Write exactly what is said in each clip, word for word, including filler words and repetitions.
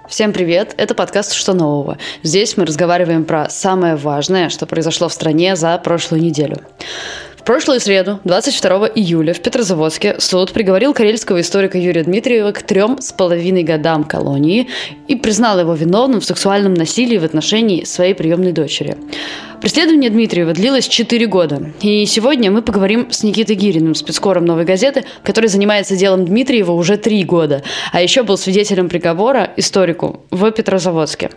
Всем привет! Это подкаст «Что нового?». Здесь мы разговариваем про самое важное, что произошло в стране за прошлую неделю. В прошлую среду, двадцать второго июля, в Петрозаводске суд приговорил карельского историка Юрия Дмитриева к трем с половиной годам колонии и признал его виновным в сексуальном насилии в отношении своей приемной дочери. Преследование Дмитриева длилось четыре года. И сегодня мы поговорим с Никитой Гириным, спецкором «Новой газеты», который занимается делом Дмитриева уже три года, а еще был свидетелем приговора историку в Петрозаводске.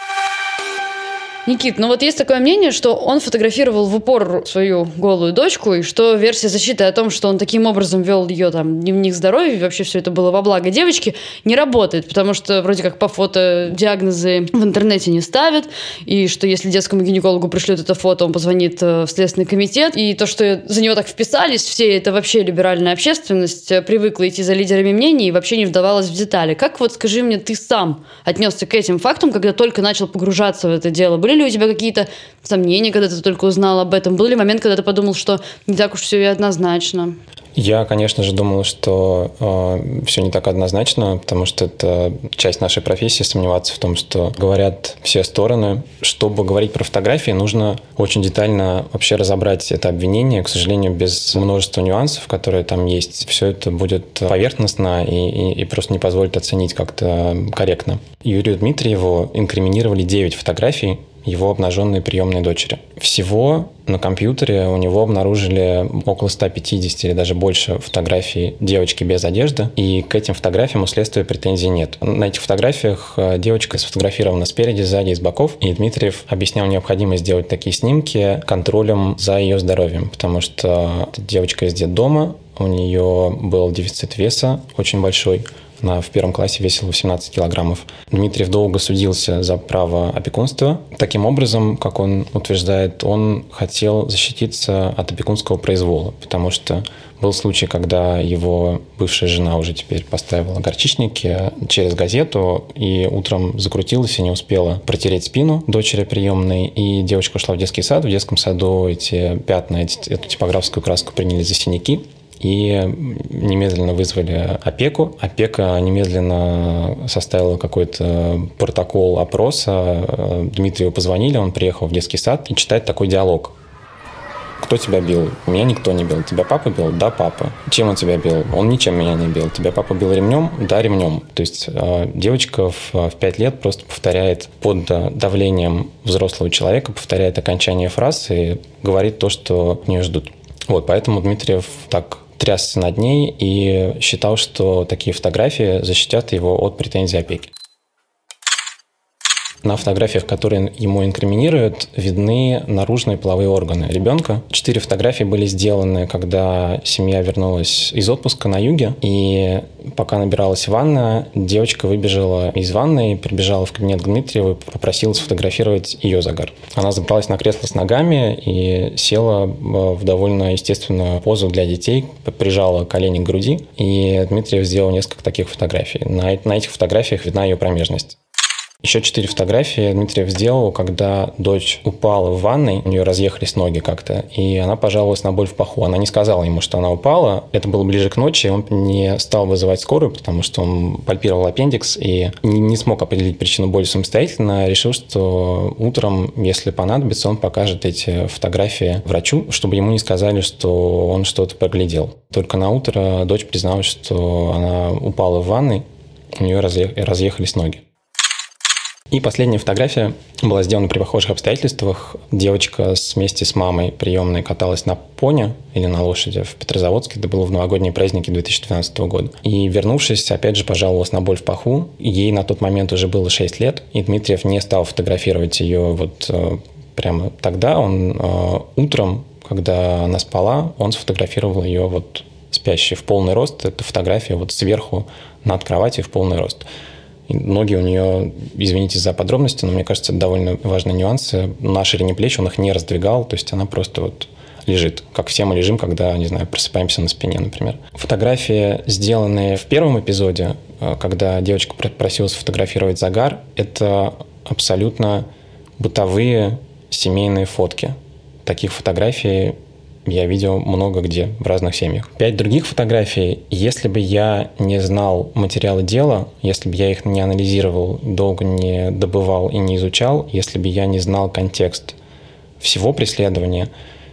Никит, ну вот есть такое мнение, что он фотографировал в упор свою голую дочку, и что версия защиты о том, что он таким образом вел ее там дневник здоровья, и вообще все это было во благо девочки, не работает, потому что вроде как по фото диагнозы в интернете не ставят, и что если детскому гинекологу пришлют это фото, он позвонит в Следственный комитет, и то, что за него так вписались, все это вообще либеральная общественность привыкла идти за лидерами мнений и вообще не вдавалась в детали. Как вот, скажи мне, ты сам отнесся к этим фактам, когда только начал погружаться в это дело? Были ли у тебя какие-то сомнения, когда ты только узнал об этом? Был ли момент, когда ты подумал, что не так уж все и однозначно? Я, конечно же, думал, что э, все не так однозначно, потому что это часть нашей профессии — сомневаться в том, что говорят все стороны. Чтобы говорить про фотографии, нужно очень детально вообще разобрать это обвинение. К сожалению, без множества нюансов, которые там есть, все это будет поверхностно и, и, и просто не позволит оценить как-то корректно. Юрию Дмитриеву инкриминировали девять фотографий его обнаженной приемной дочери. Всего на компьютере у него обнаружили около ста пятидесяти или даже больше фотографий девочки без одежды, и к этим фотографиям у следствия претензий нет. На этих фотографиях девочка сфотографирована спереди, сзади и с боков, и Дмитриев объяснял необходимость сделать такие снимки контролем за ее здоровьем, потому что девочка из детдома, у нее был дефицит веса очень большой. Она в первом классе весила восемнадцать килограммов. Дмитриев долго судился за право опекунства. Таким образом, как он утверждает, он хотел защититься от опекунского произвола, потому что был случай, когда его бывшая жена уже теперь поставила горчичники через газету и утром закрутилась и не успела протереть спину дочери приемной, и девочка ушла в детский сад. В детском саду эти пятна, эту типографскую краску приняли за синяки, и немедленно вызвали опеку. Опека немедленно составила какой-то протокол опроса. Дмитриеву позвонили, он приехал в детский сад и читает такой диалог. Кто тебя бил? Меня никто не бил. Тебя папа бил? Да, папа. Чем он тебя бил? Он ничем меня не бил. Тебя папа бил ремнем? Да, ремнем. То есть девочка в пять лет просто повторяет под давлением взрослого человека, повторяет окончание фраз и говорит то, что от нее ждут. Вот, поэтому Дмитриев так трясся над ней и считал, что такие фотографии защитят его от претензий опеки. На фотографиях, которые ему инкриминируют, видны наружные половые органы ребенка. Четыре фотографии были сделаны, когда семья вернулась из отпуска на юге, и пока набиралась ванна, девочка выбежала из ванны, прибежала в кабинет Дмитриева и попросила сфотографировать ее загар. Она забралась на кресло с ногами и села в довольно естественную позу для детей, прижала колени к груди, и Дмитриев сделал несколько таких фотографий. На, на этих фотографиях видна ее промежность. Еще четыре фотографии Дмитриев сделал, когда дочь упала в ванной, у нее разъехались ноги как-то, и она пожаловалась на боль в паху. Она не сказала ему, что она упала. Это было ближе к ночи, он не стал вызывать скорую, потому что он пальпировал аппендикс и не, не смог определить причину боли самостоятельно. Решил, что утром, если понадобится, он покажет эти фотографии врачу, чтобы ему не сказали, что он что-то проглядел. Только на утро дочь призналась, что она упала в ванной, у нее разъехались ноги. И последняя фотография была сделана при похожих обстоятельствах. Девочка вместе с мамой приемной каталась на пони или на лошади в Петрозаводске. Это было в новогодние праздники две тысячи двенадцатого года. И, вернувшись, опять же пожаловалась на боль в паху. Ей на тот момент уже было шесть лет, и Дмитриев не стал фотографировать ее вот прямо тогда. Он утром, когда она спала, он сфотографировал ее вот спящей в полный рост. Это фотография вот сверху над кроватью в полный рост. И ноги у нее, извините за подробности, но мне кажется, это довольно важные нюансы. На ширине плеч он их не раздвигал, то есть она просто вот лежит, как все мы лежим, когда, не знаю, просыпаемся на спине, например. Фотографии, сделанные в первом эпизоде, когда девочка просила сфотографировать загар, это абсолютно бытовые семейные фотки. Таких фотографий я видел много где в разных семьях. Пять других фотографий, если бы я не знал материалы дела, если бы я их не анализировал, долго не добывал и не изучал, если бы я не знал контекст всего преследования,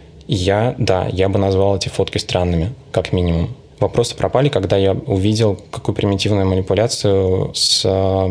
я, да, я бы назвал эти фотки странными, как минимум. Вопросы пропали, когда я увидел, какую примитивную манипуляцию с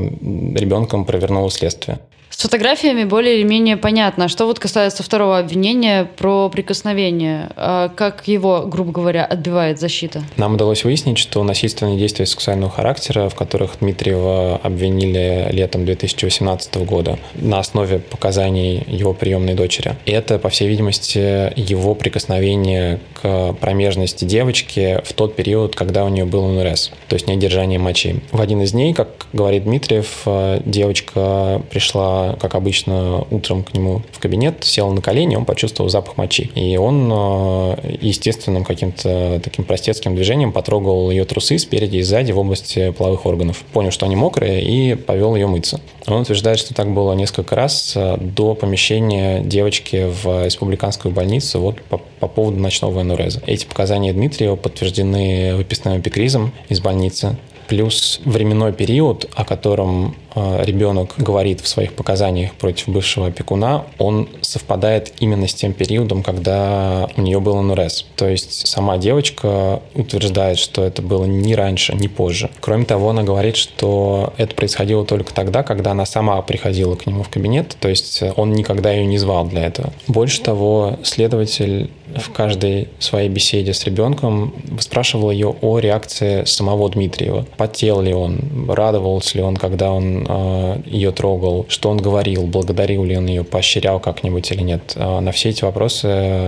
ребенком провернуло следствие. С фотографиями более или менее понятно. Что вот касается второго обвинения про прикосновение, как его, грубо говоря, отбивает защита? Нам удалось выяснить, что насильственные действия сексуального характера, в которых Дмитриева обвинили летом две тысячи восемнадцатого года на основе показаний его приемной дочери, это, по всей видимости, его прикосновение к промежности девочки в тот период, когда у нее был эн эр эс, то есть недержание мочи. В один из дней, как говорит Дмитриев, девочка пришла, как обычно, утром к нему в кабинет, сел на колени, он почувствовал запах мочи. И он естественным каким-то таким простецким движением потрогал ее трусы спереди и сзади в области половых органов. Понял, что они мокрые, и повел ее мыться. Он утверждает, что так было несколько раз до помещения девочки в республиканскую больницу вот по, по поводу ночного эн эр эс. Эти показания Дмитриева подтверждены выписным эпикризом из больницы. Плюс временной период, о котором э, ребенок говорит в своих показаниях против бывшего опекуна, он совпадает именно с тем периодом, когда у нее был эн эр эс. То есть сама девочка утверждает, что это было ни раньше, ни позже. Кроме того, она говорит, что это происходило только тогда, когда она сама приходила к нему в кабинет, то есть он никогда ее не звал для этого. Больше того, следователь в каждой своей беседе с ребенком спрашивал ее о реакции самого Дмитриева. Потел ли он, радовался ли он, когда он э, ее трогал, что он говорил, благодарил ли он ее, поощрял как-нибудь или нет. Э, на все эти вопросы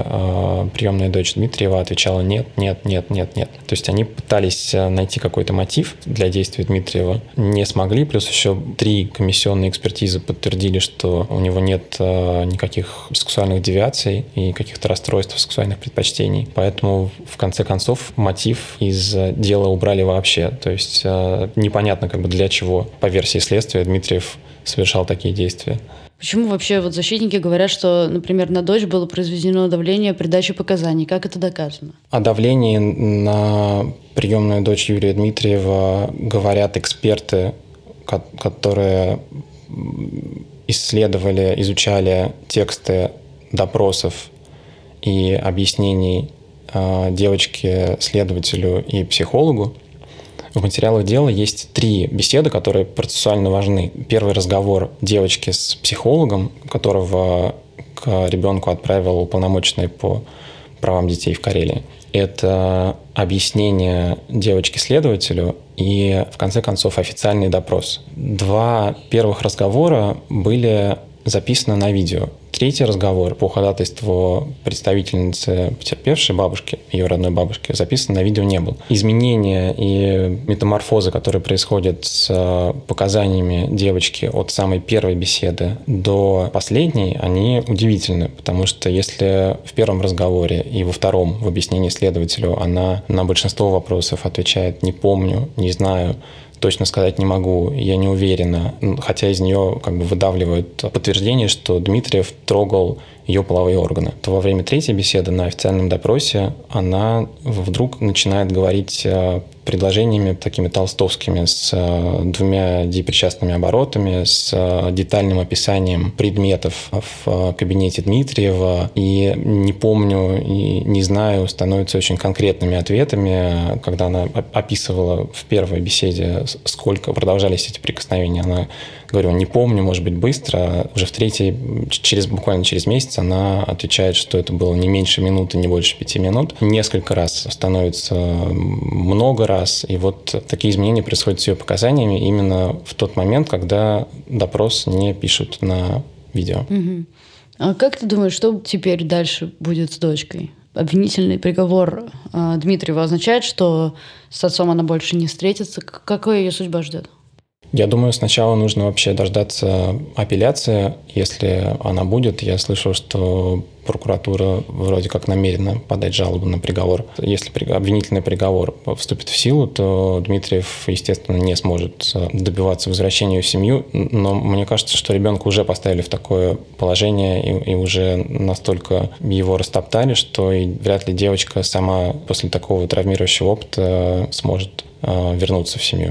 э, приемная дочь Дмитриева отвечала нет, нет, нет, нет, нет. То есть они пытались найти какой-то мотив для действий Дмитриева, не смогли, плюс еще три комиссионные экспертизы подтвердили, что у него нет э, никаких сексуальных девиаций и каких-то расстройств сексуальных предпочтений. Поэтому в конце концов мотив из дела убрали вообще. То есть э, непонятно, как бы для чего, по версии следствия, Дмитриев совершал такие действия. Почему вообще вот защитники говорят, что, например, на дочь было произведено давление при даче показаний? Как это доказано? О давлении на приемную дочь Юрия Дмитриева говорят эксперты, которые исследовали, изучали тексты допросов и объяснений девочки следователю и психологу. В материалах дела есть три беседы, которые процессуально важны. Первый разговор девочки с психологом, которого к ребенку отправил уполномоченный по правам детей в Карелии. Это объяснение девочки следователю и, в конце концов, официальный допрос. Два первых разговора были записаны на видео. Третий разговор по ходатайству представительницы потерпевшей бабушки, ее родной бабушки, записан на видео не был. Изменения и метаморфозы, которые происходят с показаниями девочки от самой первой беседы до последней, они удивительны, потому что если в первом разговоре и во втором в объяснении следователю она на большинство вопросов отвечает «не помню», «не знаю», точно сказать не могу, я не уверена, хотя из нее как бы выдавливают подтверждение, что Дмитриев трогал ее половые органы, то во время третьей беседы на официальном допросе она вдруг начинает говорить предложениями такими толстовскими, с двумя депричастными оборотами, с детальным описанием предметов в кабинете Дмитриева. И не помню, и не знаю, становятся очень конкретными ответами. Когда она описывала в первой беседе, сколько продолжались эти прикосновения, она говорила, не помню, может быть, быстро. Уже в третьей, через, буквально через месяц, она отвечает, что это было не меньше минуты, не больше пяти минут. Несколько раз становится много раз. И вот такие изменения происходят с ее показаниями именно в тот момент, когда допрос не пишут на видео. Угу. А как ты думаешь, что теперь дальше будет с дочкой? Обвинительный приговор э, Дмитриева означает, что с отцом она больше не встретится? Какая ее судьба ждет? Я думаю, сначала нужно вообще дождаться апелляции, если она будет. Я слышал, что прокуратура вроде как намерена подать жалобу на приговор. Если обвинительный приговор вступит в силу, то Дмитриев, естественно, не сможет добиваться возвращения в семью, но мне кажется, что ребенка уже поставили в такое положение и, и уже настолько его растоптали, что и вряд ли девочка сама после такого травмирующего опыта сможет вернуться в семью.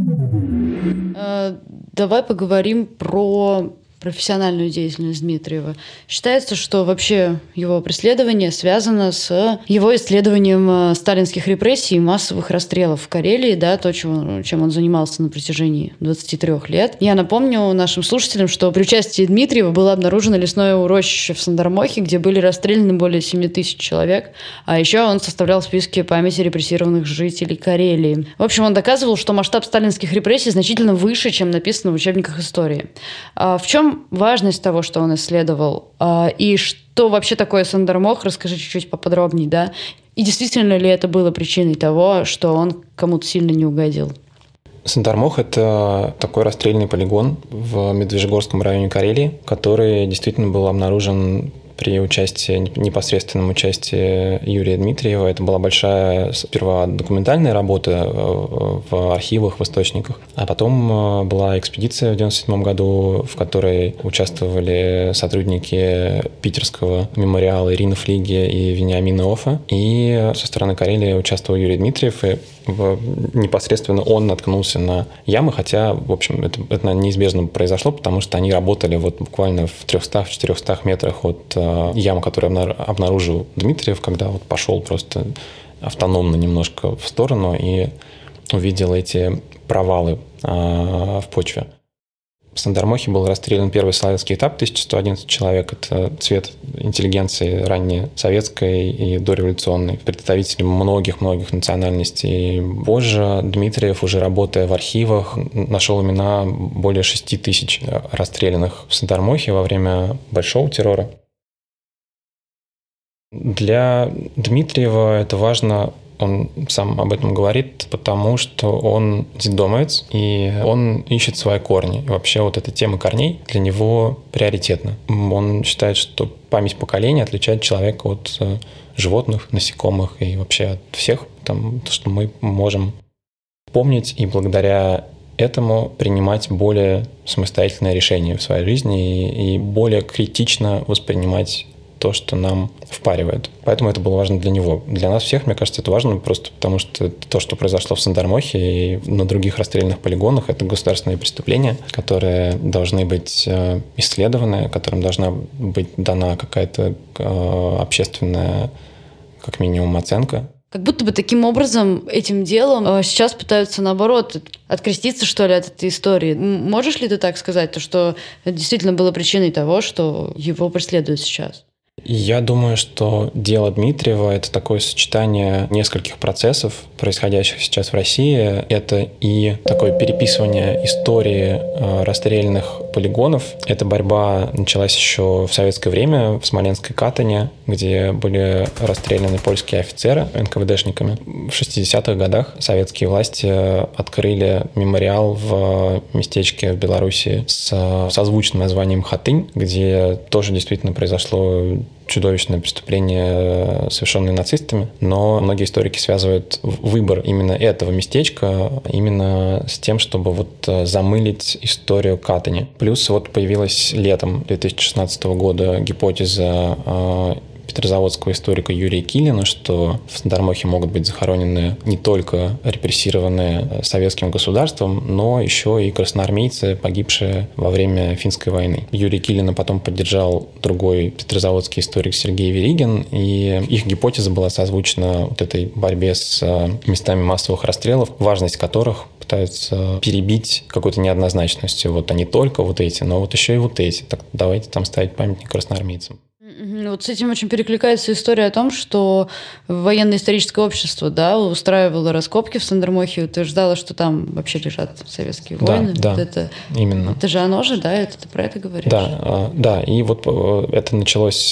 Давай поговорим про профессиональную деятельность Дмитриева. Считается, что вообще его преследование связано с его исследованием сталинских репрессий и массовых расстрелов в Карелии, да, то, чем, чем он занимался на протяжении двадцати трёх лет. Я напомню нашим слушателям, что при участии Дмитриева было обнаружено лесное урочище в Сандармохе, где были расстреляны более семи тысяч человек, а еще он составлял списки памяти репрессированных жителей Карелии. В общем, он доказывал, что масштаб сталинских репрессий значительно выше, чем написано в учебниках истории. А в чем важность того, что он исследовал, и что вообще такое Сандармох, расскажи чуть-чуть поподробнее, да? И действительно ли это было причиной того, что он кому-то сильно не угодил? Сандармох – это такой расстрельный полигон в Медвежьегорском районе Карелии, который действительно был обнаружен при участии, непосредственном участии Юрия Дмитриева. Это была большая, сперва документальная работа в архивах, в источниках, а потом была экспедиция в девяносто седьмом году, в которой участвовали сотрудники питерского мемориала Ирина Флиги и Вениамина Оффа, и со стороны Карелии участвовал Юрий Дмитриев, и непосредственно он наткнулся на ямы, хотя, в общем, это, это неизбежно произошло, потому что они работали вот буквально в трехстах-четырехстах метрах от э, ямы, которую обнаружил Дмитриев, когда вот пошел просто автономно немножко в сторону и увидел эти провалы э, в почве. В Сандармохе был расстрелян первый славянский этап, тысяча сто одиннадцать человек. Это цвет интеллигенции ранее советской и дореволюционной, представители многих-многих национальностей. Позже Дмитриев, уже работая в архивах, нашел имена более шести тысяч расстрелянных в Сандармохе во время Большого террора. Для Дмитриева это важно. Он сам об этом говорит, потому что он детдомовец, и он ищет свои корни. И вообще вот эта тема корней для него приоритетна. Он считает, что память поколения отличает человека от животных, насекомых и вообще от всех, потому что мы можем помнить и благодаря этому принимать более самостоятельные решения в своей жизни и, и более критично воспринимать то, что нам впаривают. Поэтому это было важно для него. Для нас всех, мне кажется, это важно просто потому, что то, что произошло в Сандармохе и на других расстрельных полигонах, это государственные преступления, которые должны быть исследованы, которым должна быть дана какая-то общественная, как минимум, оценка. Как будто бы таким образом, этим делом сейчас пытаются, наоборот, откреститься, что ли, от этой истории. Можешь ли ты так сказать, то, что это действительно было причиной того, что его преследуют сейчас? Я думаю, что дело Дмитриева – это такое сочетание нескольких процессов, происходящих сейчас в России. Это и такое переписывание истории расстрельных полигонов. Эта борьба началась еще в советское время в Смоленской Катане, где были расстреляны польские офицеры эн ка вэ дэшниками. В шестидесятых годах советские власти открыли мемориал в местечке в Беларуси с созвучным названием Хатынь, где тоже действительно произошло чудовищное преступление, совершенное нацистами, но многие историки связывают выбор именно этого местечка именно с тем, чтобы вот замылить историю Катани. Плюс вот появилась летом две тысячи шестнадцатого года гипотеза петрозаводского историка Юрия Килина, что в Сандармохе могут быть захоронены не только репрессированные советским государством, но еще и красноармейцы, погибшие во время Финской войны. Юрия Килина потом поддержал другой петрозаводский историк Сергей Веригин, и их гипотеза была созвучна вот этой борьбе с местами массовых расстрелов, важность которых пытаются перебить какой-то неоднозначностью. Вот они только вот эти, но вот еще и вот эти. Так давайте там ставить памятник красноармейцам. Вот с этим очень перекликается история о том, что военно-историческое общество, да, устраивало раскопки в Сандармохе, утверждало, что там вообще лежат советские войны. Да, вот да, это, именно. Это же оно же, да? Это ты про это говоришь? Да, да. И вот это началось,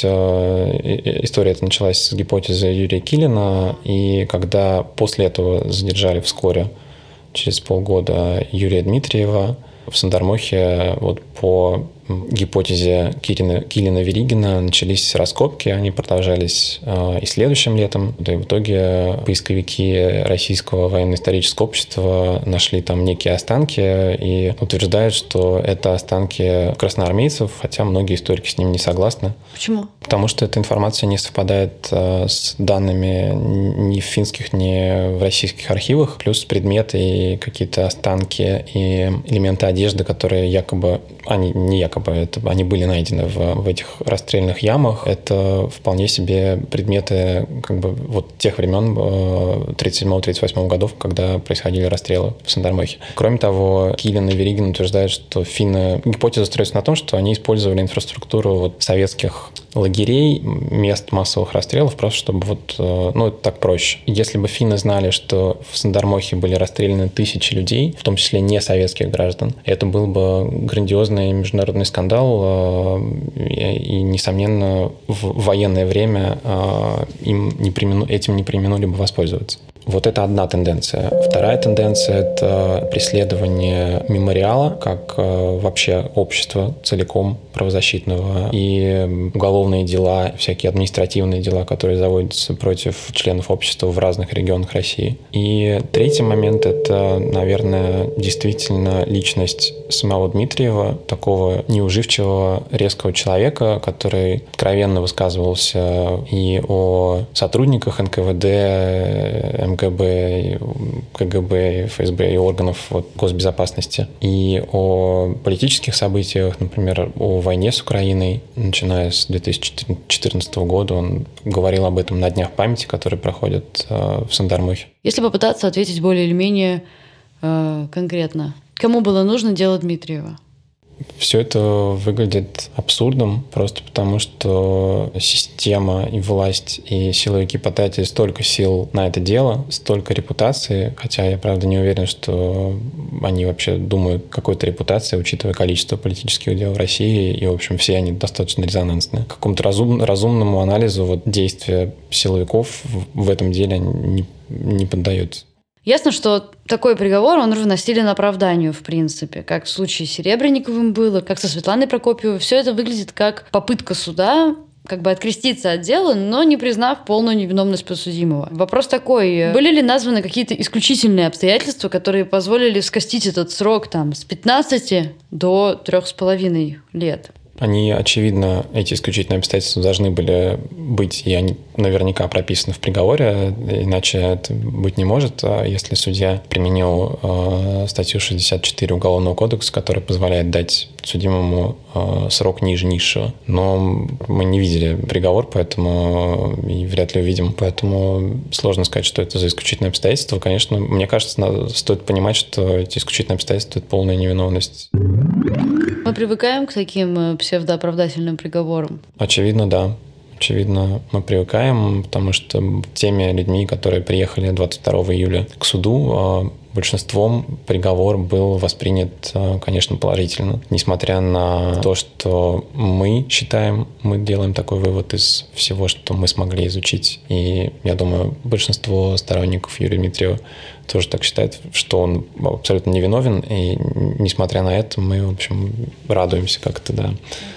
история эта началась с гипотезы Юрия Килина, и когда после этого задержали вскоре, через полгода, Юрия Дмитриева, в Сандармохе вот по гипотезе Килина-Веригина начались раскопки, они продолжались и следующим летом. Да и в итоге поисковики Российского военно-исторического общества нашли там некие останки и утверждают, что это останки красноармейцев, хотя многие историки с ним не согласны. Почему? Потому что эта информация не совпадает с данными ни в финских, ни в российских архивах, плюс предметы и какие-то останки и элементы одежды, которые якобы, они не якобы, это, они были найдены в, в этих расстрельных ямах. Это вполне себе предметы как бы вот тех времен тридцать седьмого — тридцать восьмого годов, когда происходили расстрелы в Сандармохе. Кроме того, Килин и Веригин утверждают, что финны... Гипотеза строится на том, что они использовали инфраструктуру вот советских лагерей, мест массовых расстрелов, просто чтобы вот, ну, это так проще. Если бы финны знали, что в Сандармохе были расстреляны тысячи людей, в том числе не советских граждан, это был бы грандиозный международный скандал, и, несомненно, в военное время им не примену, этим не преминули бы воспользоваться. Вот это одна тенденция. Вторая тенденция – это преследование мемориала как э, вообще общества целиком правозащитного и уголовные дела, всякие административные дела, которые заводятся против членов общества в разных регионах России. И третий момент – это, наверное, действительно личность самого Дмитриева, такого неуживчивого, резкого человека, который откровенно высказывался и о сотрудниках эн ка вэ дэ, эм гэ бэ, ка гэ бэ, эф эс бэ и органов вот, госбезопасности, и о политических событиях, например, о войне с Украиной, начиная с две тысячи четырнадцатого года. Он говорил об этом на Днях памяти, которые проходят э, в Сандармохе. Если попытаться ответить более или менее э, конкретно, кому было нужно дело Дмитриева? Все это выглядит абсурдом, просто потому что система и власть, и силовики потратили столько сил на это дело, столько репутации, хотя я, правда, не уверен, что они вообще думают о какой-то репутации, учитывая количество политических дел в России, и, в общем, все они достаточно резонансные. Какому-то разум, разумному анализу вот, действия силовиков в, в этом деле не, не поддается. Ясно, что такой приговор, он равносилен оправданию, в принципе. Как в случае с Серебренниковым было, как со Светланой Прокопьевой. Все это выглядит как попытка суда как бы откреститься от дела, но не признав полную невиновность подсудимого. Вопрос такой, были ли названы какие-то исключительные обстоятельства, которые позволили скостить этот срок там, с пятнадцати до трёх с половиной лет? Они, очевидно, эти исключительные обстоятельства должны были быть, и они наверняка прописаны в приговоре, иначе это быть не может, если судья применил э, статью шестьдесят четыре Уголовного кодекса, которая позволяет дать судимому э, срок ниже низшего. Но мы не видели приговор, поэтому и вряд ли увидим, поэтому сложно сказать, что это за исключительные обстоятельства. Конечно, мне кажется, надо, стоит понимать, что эти исключительные обстоятельства – это полная невиновность. Мы привыкаем к таким псевдооправдательным приговорам? Очевидно, да. Очевидно, мы привыкаем, потому что теми людьми, которые приехали двадцать второго июля к суду, большинством приговор был воспринят, конечно, положительно. Несмотря на то, что мы считаем, мы делаем такой вывод из всего, что мы смогли изучить. И я думаю, большинство сторонников Юрия Дмитриева тоже так считает, что он абсолютно невиновен. И несмотря на это, мы, в общем, радуемся как-то, да.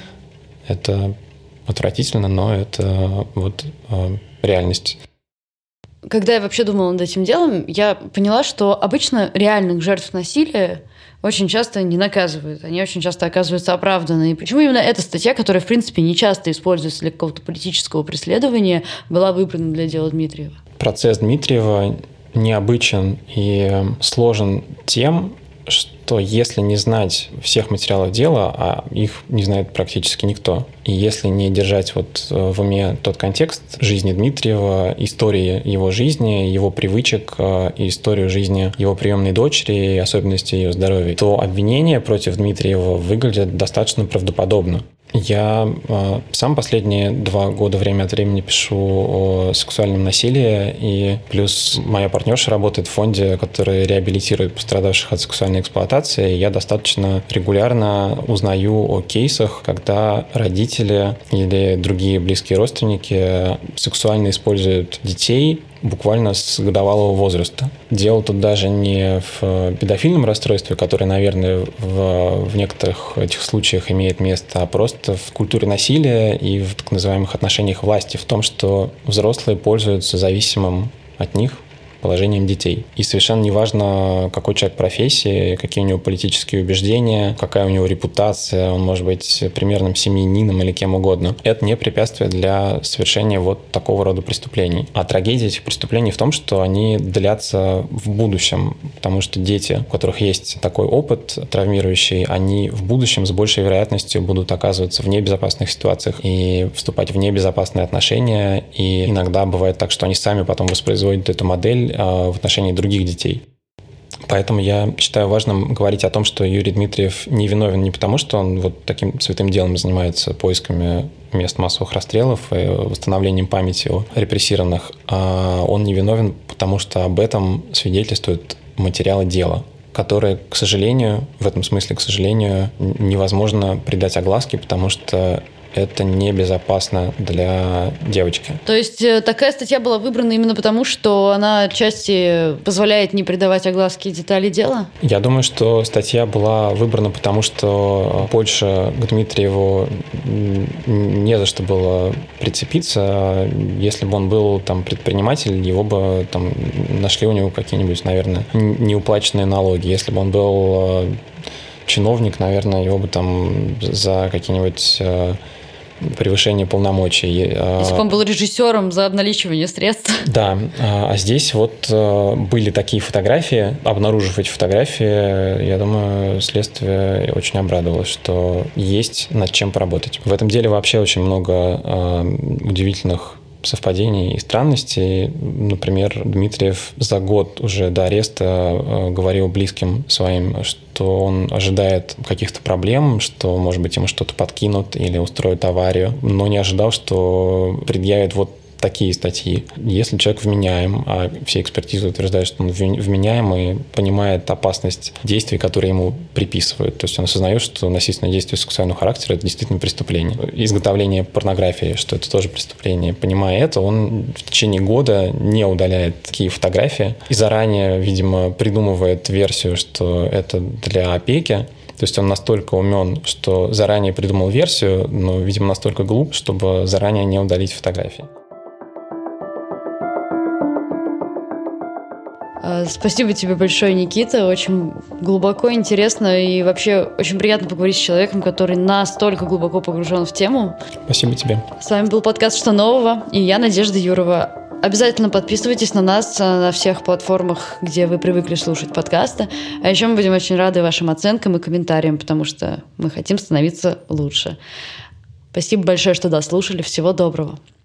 Это отвратительно, но это вот э, реальность. Когда я вообще думала над этим делом, я поняла, что обычно реальных жертв насилия очень часто не наказывают. Они очень часто оказываются оправданы. И почему именно эта статья, которая, в принципе, не часто используется для какого-то политического преследования, была выбрана для дела Дмитриева? Процесс Дмитриева необычен и сложен тем, что если не знать всех материалов дела, а их не знает практически никто, и если не держать вот в уме тот контекст жизни Дмитриева, истории его жизни, его привычек, историю жизни его приемной дочери и особенности ее здоровья, то обвинения против Дмитриева выглядят достаточно правдоподобно. Я э, сам последние два года время от времени пишу о сексуальном насилии, и плюс моя партнерша работает в фонде, который реабилитирует пострадавших от сексуальной эксплуатации. И я достаточно регулярно узнаю о кейсах, когда родители или другие близкие родственники сексуально используют детей буквально с годовалого возраста. Дело тут даже не в педофильном расстройстве, которое, наверное, в, в некоторых этих случаях имеет место, а просто в культуре насилия и в так называемых отношениях власти, в том, что взрослые пользуются зависимым от них положением детей. И совершенно неважно, какой человек профессии, какие у него политические убеждения, какая у него репутация, он может быть примерным семьянином или кем угодно. Это не препятствие для совершения вот такого рода преступлений. А трагедия этих преступлений в том, что они длятся в будущем, потому что дети, у которых есть такой опыт травмирующий, они в будущем с большей вероятностью будут оказываться в небезопасных ситуациях и вступать в небезопасные отношения. И иногда бывает так, что они сами потом воспроизводят эту модель в отношении других детей. Поэтому я считаю важным говорить о том, что Юрий Дмитриев не виновен не потому, что он вот таким святым делом занимается поисками мест массовых расстрелов и восстановлением памяти о репрессированных, а он не виновен, потому что об этом свидетельствуют материалы дела, которые, к сожалению, в этом смысле, к сожалению, невозможно придать огласке, потому что это небезопасно для девочки. То есть такая статья была выбрана именно потому, что она отчасти позволяет не придавать огласке детали дела? Я думаю, что статья была выбрана потому, что больше к Дмитриеву не за что было прицепиться. Если бы он был там предприниматель, его бы там нашли у него какие-нибудь, наверное, неуплаченные налоги. Если бы он был чиновник, наверное, его бы там за какие-нибудь превышение полномочий. Если бы он был режиссером за обналичивание средств. Да, а здесь вот были такие фотографии. Обнаружив эти фотографии, я думаю, следствие очень обрадовалось, что есть над чем поработать. В этом деле вообще очень много удивительных совпадений и странностей. Например, Дмитриев за год уже до ареста говорил близким своим, что он ожидает каких-то проблем, что, может быть, ему что-то подкинут или устроят аварию, но не ожидал, что предъявят вот такие статьи. Если человек вменяем, а все экспертизы утверждают, что он вменяем и понимает опасность действий, которые ему приписывают, то есть он осознает, что насильственное действие сексуального характера – это действительно преступление. Изготовление порнографии, что это тоже преступление. Понимая это, он в течение года не удаляет такие фотографии и заранее, видимо, придумывает версию, что это для опеки. То есть он настолько умен, что заранее придумал версию, но, видимо, настолько глуп, чтобы заранее не удалить фотографии. Спасибо тебе большое, Никита. Очень глубоко, интересно и вообще очень приятно поговорить с человеком, который настолько глубоко погружен в тему. Спасибо тебе. С вами был подкаст «Что нового?» и я, Надежда Юрова. Обязательно подписывайтесь на нас на всех платформах, где вы привыкли слушать подкасты. А еще мы будем очень рады вашим оценкам и комментариям, потому что мы хотим становиться лучше. Спасибо большое, что дослушали. Всего доброго.